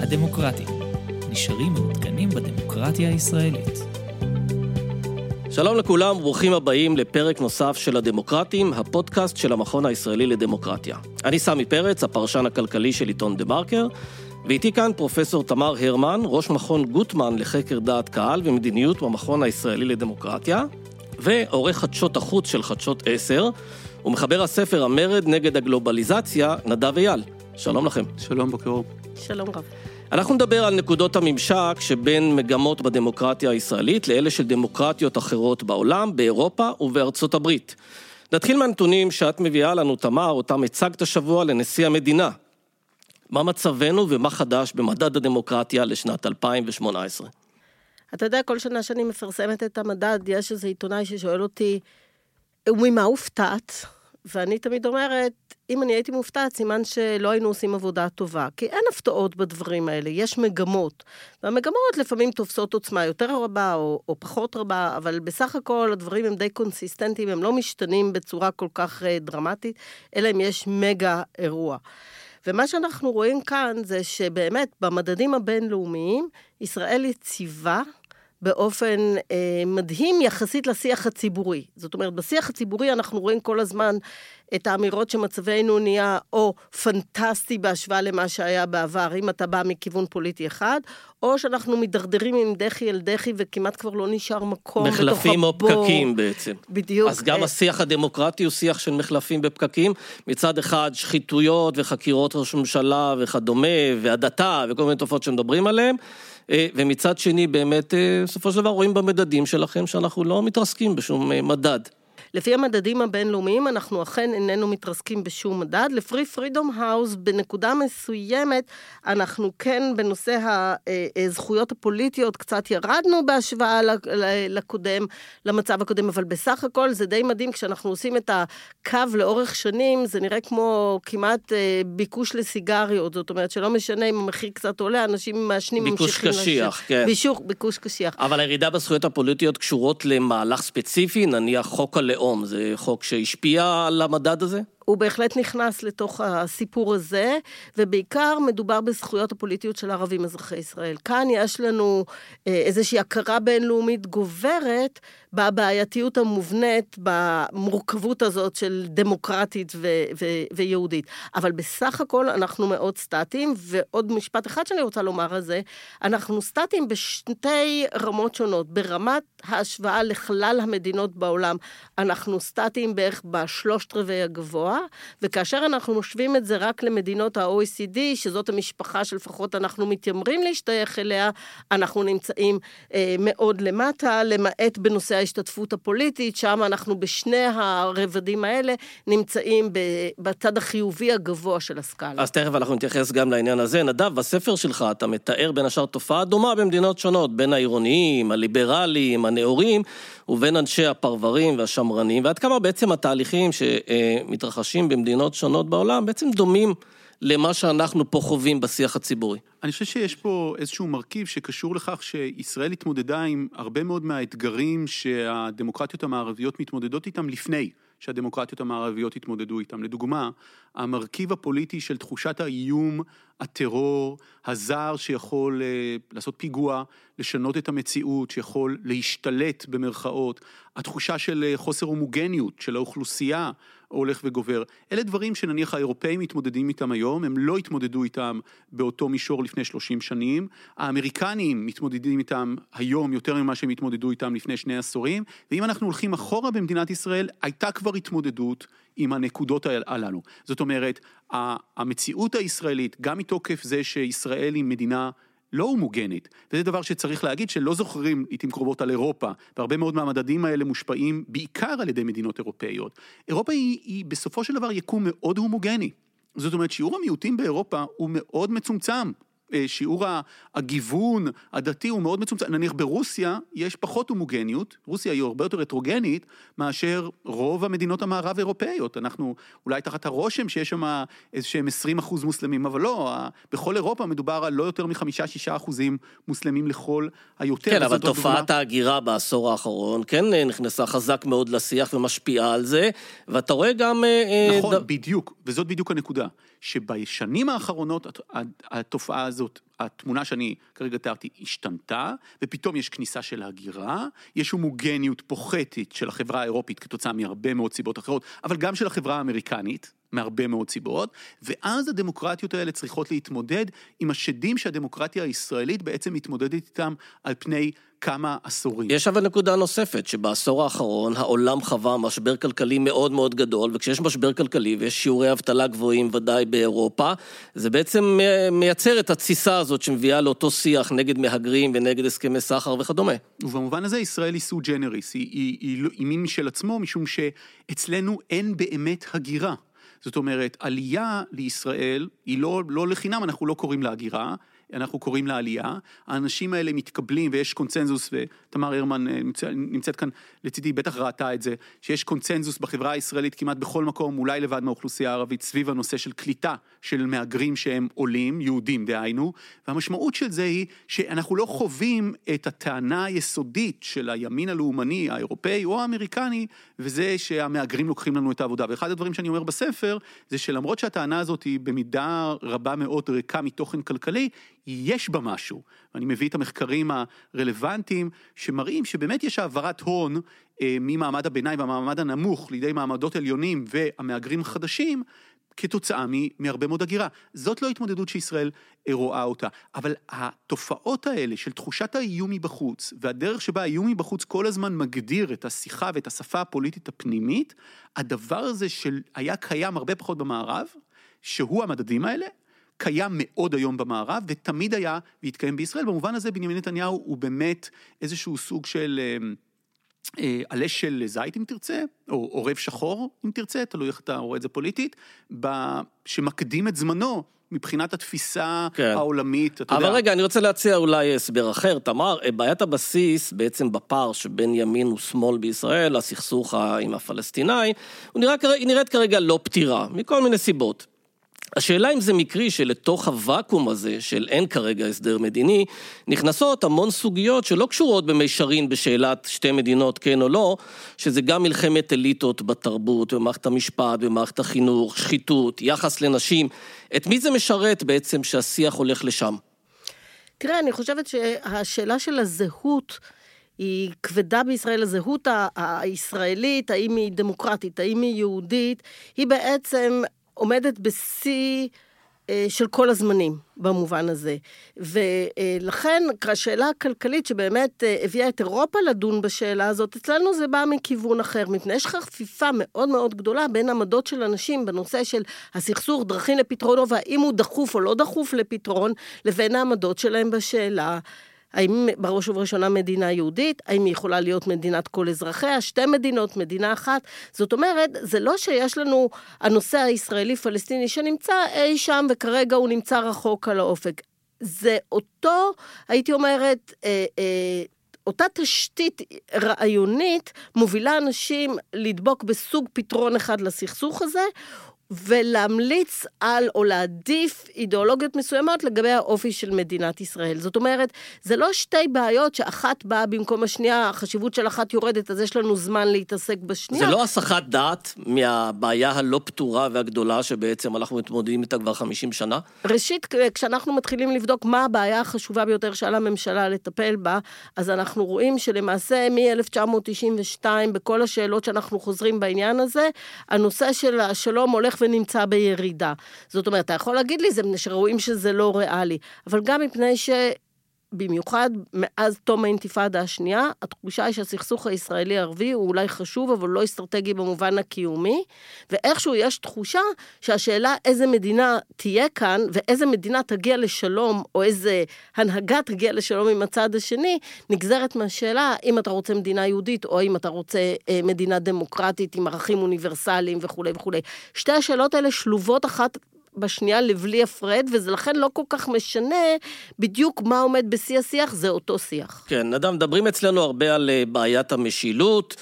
הדמוקרטים. נשארים מעודכנים בדמוקרטיה הישראלית. שלום לכולם, ברוכים הבאים לפרק נוסף של הדמוקרטים, הפודקאסט של המכון הישראלי לדמוקרטיה. אני סמי פרץ, הפרשן הכלכלי של עיתון דה מרקר, ואיתי כאן פרופסור תמר הרמן, ראש מכון גוטמן לחקר דעת קהל ומדיניות במכון הישראלי לדמוקרטיה, ועורך חדשות החוץ של חדשות 10, ומחבר הספר המרד נגד הגלובליזציה, נדב אייל. שלום לכם. שלום, בוקר אור. שלום רב. אנחנו נדבר על נקודות הממשק שבין מגמות בדמוקרטיה הישראלית לאלה של דמוקרטיות אחרות בעולם, באירופה ובארצות הברית. נתחיל מהנתונים שאת מביאה לנו, תמר, אותם הצגת השבוע לנשיא המדינה. מה מצבנו ומה חדש במדד הדמוקרטיה לשנת 2018? אתה יודע, כל שנה שאני מפרסמת את המדד, יש איזה עיתונאי ששואל אותי, ממה הופתעת? ואני תמיד אומרת, אם אני הייתי מופתעת, סימן שלא היינו עושים עבודה טובה, כי אין הפתעות בדברים האלה, יש מגמות, והמגמות לפעמים תופסות עוצמה יותר רבה או פחות רבה, אבל בסך הכל הדברים הם די קונסיסטנטיים, הם לא משתנים בצורה כל כך דרמטית, אלא אם יש מגה אירוע. ומה שאנחנו רואים כאן זה שבאמת במדדים הבינלאומיים, ישראל יציבה באופן מדהים יחסית לשיח הציבורי. זאת אומרת, בשיח הציבורי אנחנו רואים כל הזמן את האמירות שמצבנו נהיה או פנטסטי בהשוואה למה שהיה בעבר, אם אתה בא מכיוון פוליטי אחד, או שאנחנו מדרדרים עם דחי אל דחי וכמעט כבר לא נשאר מקום בתוך הבור. מחלפים או פקקים בעצם. בדיוק. אז גם השיח הדמוקרטי הוא שיח של מחלפים בפקקים, מצד אחד שחיתויות וחקירות ראש ממשלה וכדומה, והדתה וכל מיני תופעות שמדברים עליהם, ומצד שני באמת בסופו של דבר רואים במדדים שלכם שאנחנו לא מתרסקים בשום מדד. לפי המדדים הבינלאומיים אנחנו אכן איננו מתרסקים בשום מדד. לפרי פרידום האוס בנקודה מסוימת אנחנו כן בנושא הזכויות הפוליטיות קצת ירדנו בהשוואה למצב הקודם, אבל בסך הכל זה די מדהים כשאנחנו עושים את הקו לאורך שנים, זה נראה כמו כמעט ביקוש לסיגריות, זאת אומרת שלא משנה אם המחיר קצת עולה, אנשים מעשנים ממשיכים לשם. ביקוש קשיח, כן. ביקוש קשיח. אבל הירידה בזכויות הפוליטיות קשורות למהלך ספציפי, נניח חוק הלאום, זה חוק שהשפיע על המדד הזה? הוא בהחלט נכנס לתוך הסיפור הזה, ובעיקר מדובר בזכויות הפוליטיות של ערבים אזרחי ישראל. כאן יש לנו איזושהי הכרה בינלאומית גוברת בבעייתיות המובנית, במורכבות הזאת של דמוקרטית ויהודית. אבל בסך הכל אנחנו מאוד סטטיים, ועוד משפט אחד שאני רוצה לומר על זה, אנחנו סטטיים בשתי רמות שונות. ברמת ההשוואה לכלל המדינות בעולם, אנחנו סטטיים בערך ב3/4 הגבוה, וכאשר אנחנו משווים את זה רק למדינות ה-OECD, שזאת המשפחה שלפחות אנחנו מתיימרים להשתייך אליה, אנחנו נמצאים מאוד למטה, למעט בנושא ההשתתפות הפוליטית, שם אנחנו בשני הרבדים האלה נמצאים בצד החיובי הגבוה של הסקאלה. אז תכף אנחנו נתייחס גם לעניין הזה. נדב, בספר שלך אתה מתאר בין השאר תופעה דומה במדינות שונות, בין העירוניים, הליברליים, הנאורים, ובין אנשי הפרברים והשמרנים, ועד כמה בעצם התהליכים שמתרחשים במדינות שונות בעולם, בעצם דומים למה שאנחנו פה חווים בשיח הציבורי. אני חושב שיש פה איזשהו מרכיב שקשור לכך שישראל התמודדה עם הרבה מאוד מהאתגרים שהדמוקרטיות המערביות מתמודדות איתם לפני שהדמוקרטיות המערביות התמודדו איתם. לדוגמה, המרכיב הפוליטי של תחושת האיום, הטרור, הזר שיכול לעשות פיגוע, לשנות את המציאות, שיכול להשתלט במרכאות, התחושה של חוסר הומוגניות של האוכלוסייה הולך וגובר. אלה דברים שנניח האירופאים מתמודדים איתם היום, הם לא התמודדו איתם באותו מישור לפני 30 שנים, האמריקנים מתמודדים איתם היום יותר ממה שהם התמודדו איתם לפני 2 עשורים, ואם אנחנו הולכים אחורה במדינת ישראל, הייתה כבר התמודדות עם הנקודות הללו. זאת אומרת, המציאות הישראלית, גם מתוקף זה שישראל היא מדינה לא הומוגנית, וזה דבר שצריך להגיד שלא זוכרים לעתים קרובות על אירופה, והרבה מאוד מהמדדים האלה מושפעים בעיקר על ידי מדינות אירופאיות. אירופה היא בסופו של דבר יקום מאוד הומוגני. זאת אומרת, שיעור המיעוטים באירופה הוא מאוד מצומצם. שיעור הגיוון הדתי הוא מאוד מצומצם. נניח ברוסיה יש פחות הומוגניות, רוסיה היא הרבה יותר הטרוגנית מאשר רוב המדינות המערב אירופאיות. אנחנו אולי תחת הרושם שיש שם איזשהם 20% מוסלמים, אבל לא, בכל אירופה מדובר על לא יותר מ5-6% מוסלמים לכל היותר. כן, אבל תופעת ההגירה בעשור האחרון, כן, נכנסה חזק מאוד לשיח ומשפיעה על זה, ואתה רואה גם... נכון, בדיוק, וזאת בדיוק הנקודה, שבשנים האחרונות התופעה הזאת, התמונה שאני כרגע תיארתי, השתנתה, ופתאום יש כניסה של הגירה, יש הומוגניות פוחתת של החברה האירופית כתוצאה מהרבה מאוד סיבות אחרות, אבל גם של החברה האמריקנית, מהרבה מאוד סיבות, ואז הדמוקרטיות האלה צריכות להתמודד עם השדים שהדמוקרטיה הישראלית בעצם מתמודדת איתם על פני כמה עשורים. יש אבל נקודה נוספת, שבעשור האחרון העולם חווה משבר כלכלי מאוד מאוד גדול, וכשיש משבר כלכלי ויש שיעורי אבטלה גבוהים ודאי באירופה, זה בעצם מייצר את התסיסה הזאת שמביאה לאותו שיח נגד מהגרים ונגד הסכמי סחר וכדומה. ובמובן הזה ישראל היא סו ג'נריס, היא מין משל עצמו, משום שאצלנו אין באמת הגירה. זאת אומרת, עלייה לישראל היא לא לחינם, אנחנו לא קוראים לה הגירה, אנחנו קוראים לה עלייה, האנשים האלה מתקבלים ויש קונצנזוס, ותמר הרמן נמצאת כאן לצידי, בטח ראתה את זה, שיש קונצנזוס בחברה הישראלית כמעט בכל מקום, אולי לבד מהאוכלוסייה הערבית, סביב הנושא של קליטה של מהגרים שהם עולים, יהודים דהיינו, והמשמעות של זה היא שאנחנו לא חווים את הטענה היסודית של הימין הלאומני, האירופאי או האמריקני, וזה שהמהגרים לוקחים לנו את העבודה. ואחד הדברים שאני אומר בספר, זה שלמרות שהטענה הזאת היא במידה רבה מאוד ריקה מתוכן כלכלי, יש בה משהו, ואני מביא את המחקרים הרלוונטיים שמראים שבאמת יש העברת הון ממעמד הביניים והמעמד הנמוך לידי מעמדות עליונים והמהגרים החדשים כתוצאה מהרבה מאוד הגירה. זאת לא התמודדות שישראל רואה אותה, אבל התופעות האלה של תחושת האיום מבחוץ והדרך שבה האיום מבחוץ כל הזמן מגדיר את השיחה ואת השפה הפוליטית הפנימית, הדבר הזה שהיה קיים הרבה פחות במערב, שהוא המדדים האלה, קיים מאוד היום במערב, ותמיד היה והתקיים בישראל. במובן הזה בנימין נתניהו הוא באמת איזשהו סוג של עלה של זית אם תרצה, או עורב שחור אם תרצה, תלוי איך אתה רואה את זה פוליטית, שמקדים את זמנו מבחינת התפיסה העולמית. אבל רגע, אני רוצה להציע אולי הסבר אחר. תמר, בעיית הבסיס בעצם בפער שבין ימין ושמאל בישראל, הסכסוך עם הפלסטיני, היא נראית כרגע לא פתירה, מכל מיני סיבות. השאלה אם זה מקרי שלתוך הוואקום הזה של אין כרגע הסדר מדיני, נכנסות המון סוגיות שלא קשורות במישרין בשאלת שתי מדינות כן או לא, שזה גם מלחמת אליטות בתרבות, במערכת המשפט, במערכת החינוך, שחיתות, יחס לנשים. את מי זה משרת בעצם שהשיח הולך לשם? תראה, אני חושבת שהשאלה של הזהות היא כבדה בישראל, הזהות הישראלית, האם היא דמוקרטית, האם היא יהודית, היא בעצם עומדת בשיא של כל הזמנים במובן הזה. ולכן השאלה הכלכלית שבאמת הביאה את אירופה לדון בשאלה הזאת, אצלנו זה בא מכיוון אחר, מפני יש חפיפה מאוד מאוד גדולה בין עמדות של אנשים בנושא של הסכסוך, דרכים לפתרונו, והאם הוא דחוף או לא דחוף לפתרון, לבין העמדות שלהם בשאלה, האם בראש ובראשונה מדינה יהודית, האם היא יכולה להיות מדינת כל אזרחיה, שתי מדינות, מדינה אחת. זאת אומרת, זה לא שיש לנו הנושא הישראלי-פלסטיני שנמצא אי שם, וכרגע הוא נמצא רחוק על האופק. זה אותו, הייתי אומרת, אותה תשתית רעיונית מובילה אנשים לדבוק בסוג פתרון אחד לסכסוך הזה, ולהמליץ על או להעדיף אידיאולוגיות מסוימות לגבי האופי של מדינת ישראל. זאת אומרת, זה לא שתי בעיות שאחת באה במקום השנייה, החשיבות של אחת יורדת, אז יש לנו זמן להתעסק בשנייה. זה לא הסחת דעת מהבעיה הלא פתורה והגדולה שבעצם אנחנו מתמודדים איתה כבר 50 שנה? ראשית, כשאנחנו מתחילים לבדוק מה הבעיה החשובה ביותר שעל הממשלה לטפל בה, אז אנחנו רואים שלמעשה מ-1992, בכל השאלות שאנחנו חוזרים בעניין הזה, הנושא של השלום הולך ונמצא בירידה. זאת אומרת, אתה יכול להגיד לי, זה שרואים שזה לא ריאלי, אבל גם מפני במיוחד מאז תום האינתיפאדה השנייה, התחושה היא שהסכסוך הישראלי-ערבי הוא אולי חשוב, אבל לא אסטרטגי במובן הקיומי, ואיכשהו יש תחושה שהשאלה איזה מדינה תהיה כאן, ואיזה מדינה תגיע לשלום, או איזה הנהגה תגיע לשלום עם הצד השני, נגזרת מהשאלה אם אתה רוצה מדינה יהודית, או אם אתה רוצה מדינה דמוקרטית עם ערכים אוניברסליים וכו' וכו'. שתי השאלות האלה שלובות אחת בשנייה לבלי הפרד, וזה לכן לא כל כך משנה בדיוק מה עומד בשיא השיח, זה אותו שיח. כן, נדב, מדברים אצלנו הרבה על בעיית המשילות,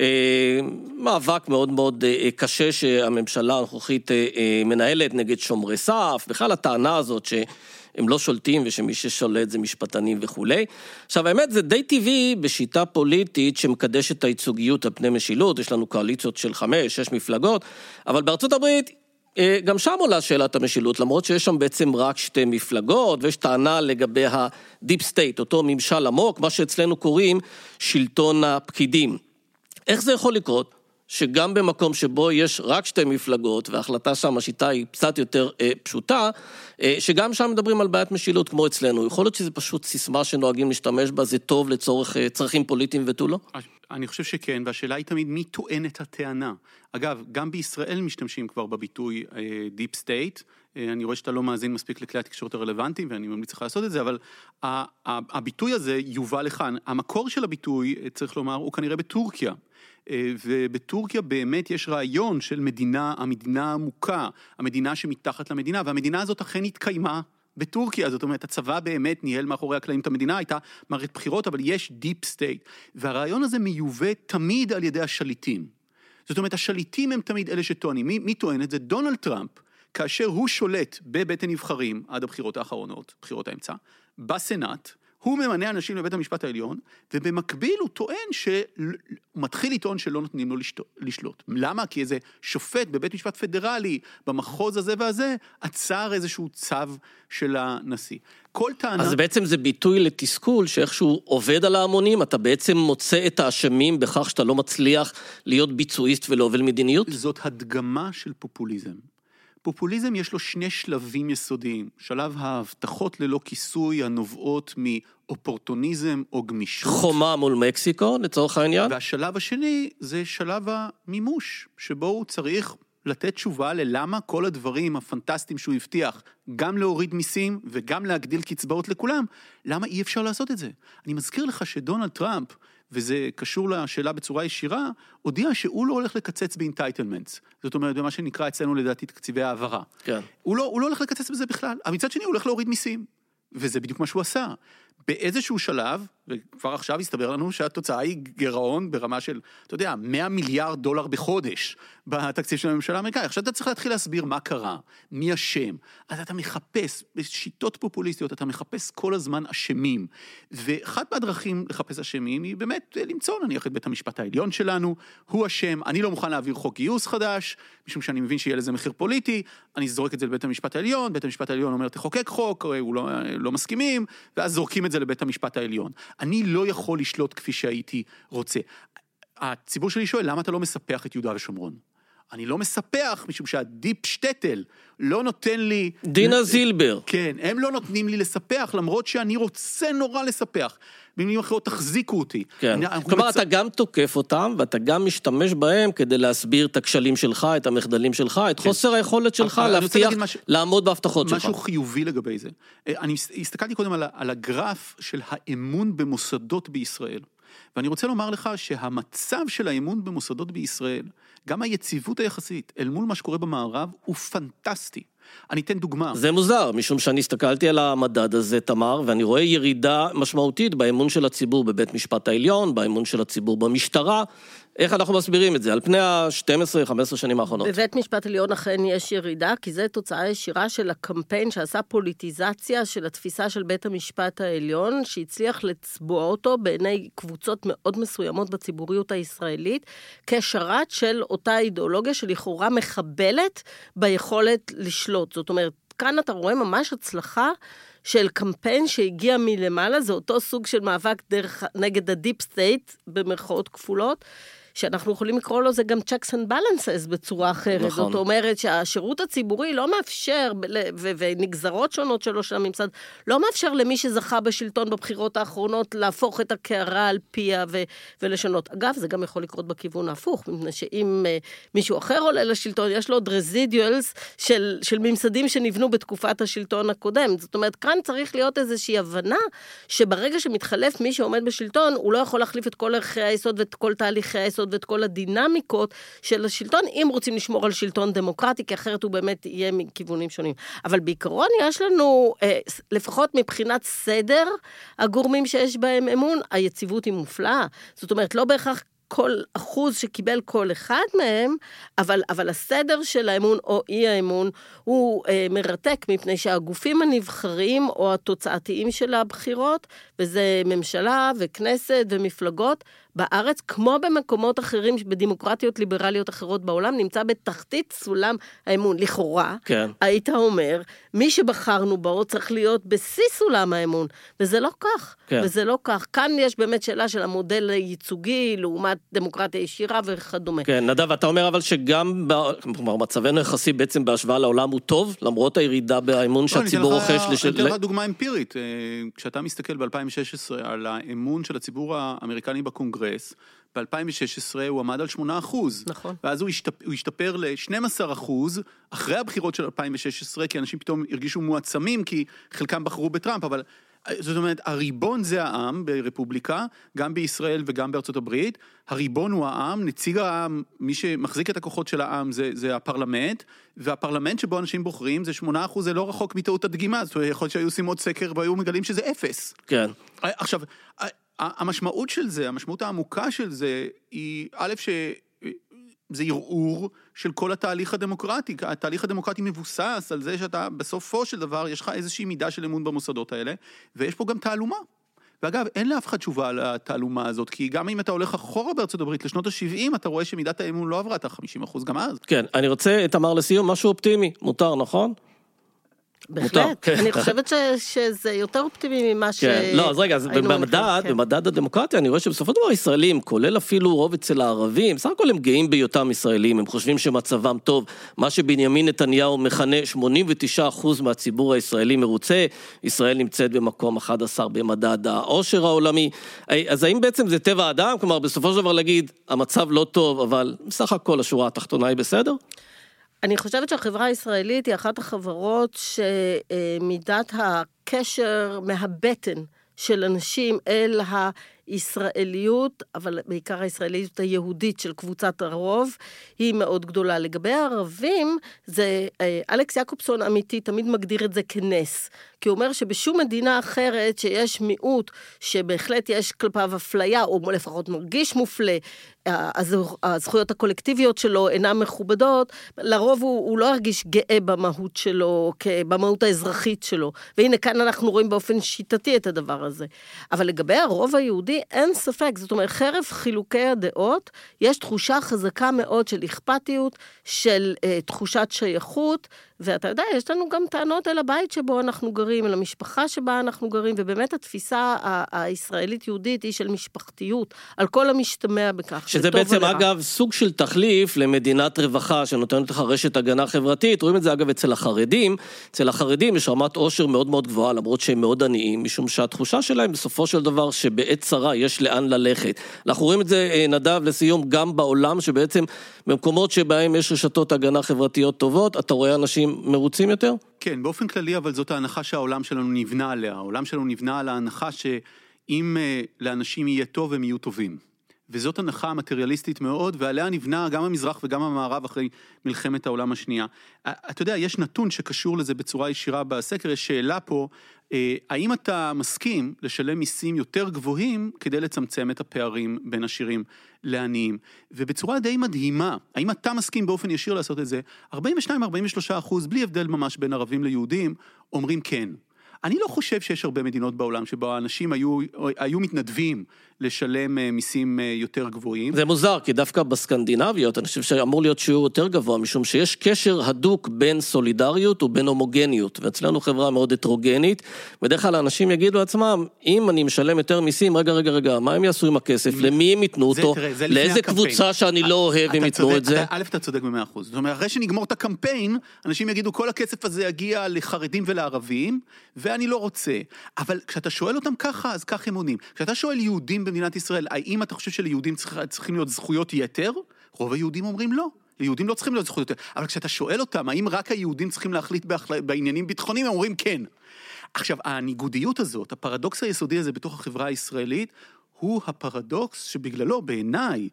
מאבק מאוד מאוד קשה שהממשלה הנוכחית מנהלת נגד שומרי סף, בכלל הטענה הזאת שהם לא שולטים ושמי ששולט זה משפטנים וכו'. עכשיו, האמת זה די טבעי בשיטה פוליטית שמקדש את הייצוגיות על פני משילות, יש לנו קואליציות של 5-6 מפלגות, אבל בארצות הברית גם שם עולה שאלת המשילות, למרות שיש שם בעצם רק שתי מפלגות, ויש טענה לגבי הדיפ סטייט, אותו ממשל עמוק, מה שאצלנו קוראים שלטון הפקידים. איך זה יכול לקרות? שגם במקום שבו יש רק שתי מפלגות, וההחלטה שם, השיטה היא קצת יותר פשוטה, שגם שם מדברים על בעיית משילות כמו אצלנו. יכול להיות שזה פשוט סיסמה שנוהגים להשתמש בה, זה טוב לצורך צרכים פוליטיים ותו לא? אני חושב שכן, והשאלה היא תמיד מי טוען את הטענה. אגב, גם בישראל משתמשים כבר בביטוי דיפ סטייט, אני רואה שאתה לא מאזין מספיק לכלי התקשורת הרלוונטיים, ואני ממליץ לך לעשות את זה, אבל הביטוי הזה יובא לכאן. המקור של הביטוי, צריך לומר, הוא כנראה בטורקיה. ובטורקיה באמת יש רעיון של המדינה העמוקה, המדינה שמתחת למדינה, והמדינה הזאת אכן התקיימה בטורקיה, זאת אומרת, הצבא באמת ניהל מאחורי הקלעים את המדינה, הייתה מערכת בחירות, אבל יש דיפ סטייט, והרעיון הזה מיובא תמיד על ידי השליטים. זאת אומרת, השליטים הם תמיד אלה שטוענים. מי טוען את זה? דונלד טראמפ, כאשר הוא שולט בבית הנבחרים, עד הבחירות האחרונות, בחירות האמצע, בסנאט, הוא ממנה אנשים לבית המשפט העליון, ובמקביל הוא טוען הוא מתחיל לטעון שלא נותנים לו לשלוט. למה? כי איזה שופט בבית משפט פדרלי, במחוז הזה והזה, עצר איזשהו צו של הנשיא. כל טענה... אז בעצם זה ביטוי לתסכול, שאיכשהו עובד על ההמונים, אתה בעצם מוצא את האשמים בכך שאתה לא מצליח להיות ביצועיסט ולהוביל מדיניות? זאת הדגמה של פופוליזם. פופוליזם יש לו שני שלבים יסודיים, שלב ההבטחות ללא כיסוי הנובעות מאופורטוניזם או גמישות. חומה מול מקסיקו, לצורך העניין. והשלב השני זה שלב המימוש, שבו הוא צריך לתת תשובה ללמה כל הדברים הפנטסטיים שהוא הבטיח, גם להוריד מיסים וגם להגדיל קצבאות לכולם, למה אי אפשר לעשות את זה? אני מזכיר לך שדונלד טראמפ, וזה קשור לשאלה בצורה ישירה, הודיע שהוא לא הולך לקצץ באינטייטלמנטס. זאת אומרת, במה שנקרא אצלנו לדעתי תקציבי העברה. כן. הוא לא הולך לקצץ בזה בכלל. אבל מצד שני הוא הולך להוריד מיסים. וזה בדיוק מה שהוא עשה. באיזשהו שלב, וכבר עכשיו הסתבר לנו שהתוצאה היא גירעון ברמה של, אתה יודע, $100 מיליארד בחודש בתקציב של הממשלה האמריקאית. עכשיו אתה צריך להתחיל להסביר מה קרה, מי אשם. אז אתה מחפש, בשיטות פופוליסטיות, אתה מחפש כל הזמן אשמים. ואחת מהדרכים לחפש אשמים היא באמת למצוא, נניח את בית המשפט העליון שלנו, הוא אשם, אני לא מוכן להעביר חוק גיוס חדש, משום שאני מבין שיהיה לזה מחיר פוליטי, אני זורק את זה לבית המשפט העליון, בית המשפט העליון אומר תחוקק חוק, הוא לא מסכימים, ואז זורקים את זה לבית המשפט העליון. אני לא יכול לשלוט כפי שהייתי רוצה. הציבור שלי שואל, למה אתה לא מספח את יהודה ושומרון? אני לא מספח, משום שהדיפ שטטל לא נותן לי... דינה זילבר. כן, הם לא נותנים לי לספח, למרות שאני רוצה נורא לספח. במילים אחרות, תחזיקו אותי. כן. כלומר, אתה גם תוקף אותם, ואתה גם משתמש בהם כדי להסביר את הכשלים שלך, את המחדלים שלך, את חוסר היכולת שלך, להבטיח, לעמוד בהבטחות שלך. משהו חיובי לגבי זה. אני הסתכלתי קודם על הגרף של האמון במוסדות בישראל, ואני רוצה לומר לך שהמצב של האמון במוסדות בישראל, גם היציבות היחסית אל מול מה שקורה במערב, הוא פנטסטי. אני אתן דוגמה. זה מוזר, משום שאני הסתכלתי על המדד הזה, תמר, ואני רואה ירידה משמעותית באמון של הציבור בבית משפט העליון, באמון של הציבור במשטרה. איך אנחנו מסבירים את זה? על פני ה-12-15 שנים האחרונות. בבית משפט עליון אכן יש ירידה, כי זה תוצאה ישירה של הקמפיין שעשה פוליטיזציה של התפיסה של בית המשפט העליון, שהצליח לצבוע אותו בעיני קבוצות מאוד מסוימות בציבוריות הישראלית, כשרת של אותה אידיאולוגיה שלכאורה מחבלת ביכולת לשלוט. זאת אומרת, כאן אתה רואה ממש הצלחה של קמפיין שהגיע מלמעלה, זה אותו סוג של מאבק נגד הדיפ סטייט, במרכאות כפולות, שאנחנו יכולים לקרוא לו, זה גם checks and balances בצורה אחרת. נכון. זאת אומרת שהשירות הציבורי לא מאפשר, ונגזרות שונות שלו של הממסד, לא מאפשר למי שזכה בשלטון בבחירות האחרונות, להפוך את הקערה על פיה ולשנות. אגב, זה גם יכול לקרות בכיוון ההפוך, מפני שאם מישהו אחר עולה לשלטון, יש לו עוד רזידיולס של ממסדים שנבנו בתקופת השלטון הקודם. זאת אומרת, כאן צריך להיות איזושהי הבנה, שברגע שמתחלף מי שעומד בשלטון, הוא לא יכול להחליף את כל ערכי היסוד ואת כל תהליכי היסוד ואת כל הדינמיקות של השלטון, אם רוצים לשמור על שלטון דמוקרטי, כי אחרת הוא באמת יהיה מכיוונים שונים. אבל בעיקרון יש לנו, לפחות מבחינת סדר, הגורמים שיש בהם אמון, היציבות היא מופלאה. זאת אומרת, לא בהכרח כל אחוז שקיבל כל אחד מהם, אבל הסדר של האמון או אי האמון הוא מרתק, מפני שהגופים הנבחרים או התוצאתיים של הבחירות, וזה ממשלה וכנסת ומפלגות, בארץ, כמו במקומות אחרים, בדמוקרטיות ליברליות אחרות בעולם, נמצא בתחתית סולם האמון. לכאורה, כן. היית אומר, מי שבחרנו בו צריך להיות בשיא סולם האמון, וזה לא כך. כן. וזה לא כך. כאן יש באמת שאלה של המודל הייצוגי, לעומת דמוקרטיה ישירה וכדומה. כן, נדב, אתה אומר אבל שגם מצבנו יחסי בעצם בהשוואה לעולם הוא טוב, למרות הירידה באמון שהציבור רוכש. אני אתן לך דוגמה אמפירית. כשאתה מסתכל ב-2016 על האמון של הציבור האמריקני בקונגרס, ב-2016 הוא עמד על 8%. נכון. ואז הוא השתפר ל-12% אחרי הבחירות של 2016, כי אנשים פתאום הרגישו מועצמים, כי חלקם בחרו בטראמפ, אבל זאת אומרת, הריבון זה העם ברפובליקה, גם בישראל וגם בארצות הברית, הריבון הוא העם, נציג העם, מי שמחזיק את הכוחות של העם זה הפרלמנט, והפרלמנט שבו אנשים בוחרים זה 8%, זה לא רחוק מטעות הדגימה, זאת אומרת, יכול להיות שהיו עושים עוד סקר והיו מגלים שזה 0. כן. עכשיו, המשמעות של זה, המשמעות העמוקה של זה, היא א' זה ערעור של כל התהליך הדמוקרטי. התהליך הדמוקרטי מבוסס על זה שאתה בסופו של דבר יש לך איזושהי מידה של אמון במוסדות האלה, ויש פה גם תעלומה. ואגב, אין לאף אחד תשובה על התעלומה הזאת, כי גם אם אתה הולך אחורה בארצות הברית לשנות ה-70, אתה רואה שמידת האמון לא עברה את ה-50% גם אז. כן, אני רוצה, תמר, לסיום, משהו אופטימי, מותר, נכון? בהחלט, אני חושבת שזה יותר אופטימי ממה שהיינו... לא, אז רגע, במדד הדמוקרטיה, אני רואה שבסופו של דבר ישראלים, כולל אפילו רוב אצל הערבים, סך הכל הם גאים בהיותם ישראלים, הם חושבים שמצבם טוב, מה שבנימין נתניהו מכנה 89% מהציבור הישראלי מרוצה, ישראל נמצאת במקום 11 במדד העושר העולמי, אז האם בעצם זה טבע האדם, כלומר בסופו של דבר להגיד, המצב לא טוב, אבל בסך הכל השורה התחתונה היא בסדר? אני חושבת שהחברה הישראלית היא אחת החברות שמידת הקשר מהבטן של אנשים אל הישראליות, אבל בעיקר הישראליות היהודית של קבוצת הרוב, היא מאוד גדולה. לגבי הערבים, זה, אלכס יעקובסון אמיתי תמיד מגדיר את זה כנס, כי הוא אומר שבשום מדינה אחרת שיש מיעוט שבהחלט יש כלפיו אפליה, או לפחות מרגיש מופלה, הזכויות הקולקטיביות שלו אינן מכובדות, לרוב הוא לא הרגיש גאה במהות שלו, במהות האזרחית שלו, והנה כאן אנחנו רואים באופן שיטתי את הדבר הזה. אבל לגבי הרוב היהודי אין ספק, זאת אומרת חרף חילוקי הדעות, יש תחושה חזקה מאוד של אכפתיות, של תחושת שייכות, ואתה יודע, יש לנו גם טענות אל הבית שבו אנחנו גרים, אל המשפחה שבה אנחנו גרים, ובאמת התפיסה הישראלית-יהודית היא של משפחתיות, על כל המשתמע בכך. שזה בעצם, אגב, סוג של תחליף למדינת רווחה, שנותנת לך רשת הגנה חברתית, רואים את זה אגב אצל החרדים, יש רמת עושר מאוד מאוד גבוהה, למרות שהם מאוד עניים, משום שהתחושה שלהם בסופו של דבר שבעת צרה יש לאן ללכת. אנחנו רואים את זה, נדב, לסיום, גם בעולם, שבעצם במקומות שבהם יש רשתות הגנה חברתיות טובות, אתה רואה אנשים מרוצים יותר? כן, באופן כללי, אבל זאת ההנחה שהעולם שלנו נבנה עליה. העולם שלנו נבנה על ההנחה שאם לאנשים יהיה טוב, הם יהיו טובים. וזאת הנחה מטריאליסטית מאוד, ועליה נבנה גם המזרח וגם המערב אחרי מלחמת העולם השנייה. אתה יודע, יש נתון שקשור לזה בצורה ישירה בסקר, יש שאלה פה, האם אתה מסכים לשלם מיסים יותר גבוהים כדי לצמצם את הפערים בין עשירים לעניים? ובצורה די מדהימה, האם אתה מסכים באופן ישיר לעשות את זה? 42-43%, בלי הבדל ממש בין ערבים ליהודים, אומרים כן. אני לא חושב שיש הרבה מדינות בעולם שבו האנשים היו מתנדבים לשלם מיסים יותר גבוהים. זה מוזר, כי דווקא בסקנדינביות, אני חושב שאמור להיות שיעור יותר גבוה, משום שיש קשר הדוק בין סולידריות ובין הומוגניות, ואצלנו חברה מאוד הטרוגנית, בדרך כלל האנשים יגידו לעצמם, אם אני משלם יותר מיסים, רגע, מה הם יעשו עם הכסף? למי הם יתנו אותו? לאיזה קבוצה שאני לא אוהב הם יתנו את זה? א', אתה צודק ב100%. זאת אומרת, אחרי שנגמור את הקמפיין, אנשים יגידו, כל הכסף הזה יגיע לחרדים ולערבים, ואני לא רוצה. אבל כשאתה שואל אותם ככה, אז כך הם עונים. כשאתה שואל יהודים במדינת ישראל, האם אתה חושב שליהודים צריכים להיות זכויות יתר? רוב היהודים אומרים לא. ליהודים לא צריכים להיות זכויות יתר. אבל כשאתה שואל אותם, האם רק היהודים צריכים להחליט בעניינים ביטחוניים, הם אומרים כן. עכשיו, הניגודיות הזאת, הפרדוקס היסודי הזה בתוך החברה הישראלית, הוא הפרדוקס שבגללו בעיניי,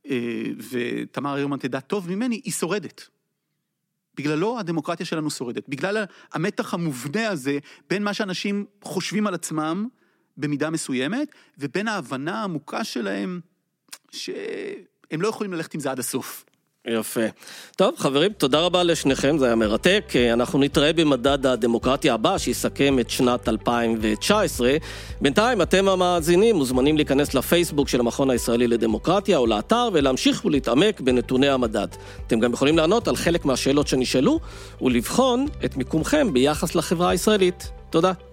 ותמר הרמן תדע טוב ממני, היא שורדת. בגללו הדמוקרטיה שלנו שורדת. בגלל המתח המובנה הזה, בין מה שאנשים חושבים על עצמם, במידה מסוימת, ובין ההבנה העמוקה שלהם, שהם לא יכולים ללכת עם זה עד הסוף. יפה. טוב, חברים, תודה רבה לשניכם, זה היה מרתק. אנחנו נתראה במדד הדמוקרטיה הבא, שיסכם את שנת 2019. בינתיים, אתם המאזינים מוזמנים להיכנס לפייסבוק של המכון הישראלי לדמוקרטיה, או לאתר, ולהמשיך ולהתעמק בנתוני המדד. אתם גם יכולים לענות על חלק מהשאלות שנשאלו, ולבחון את מיקומכם ביחס לחברה הישראלית. תודה.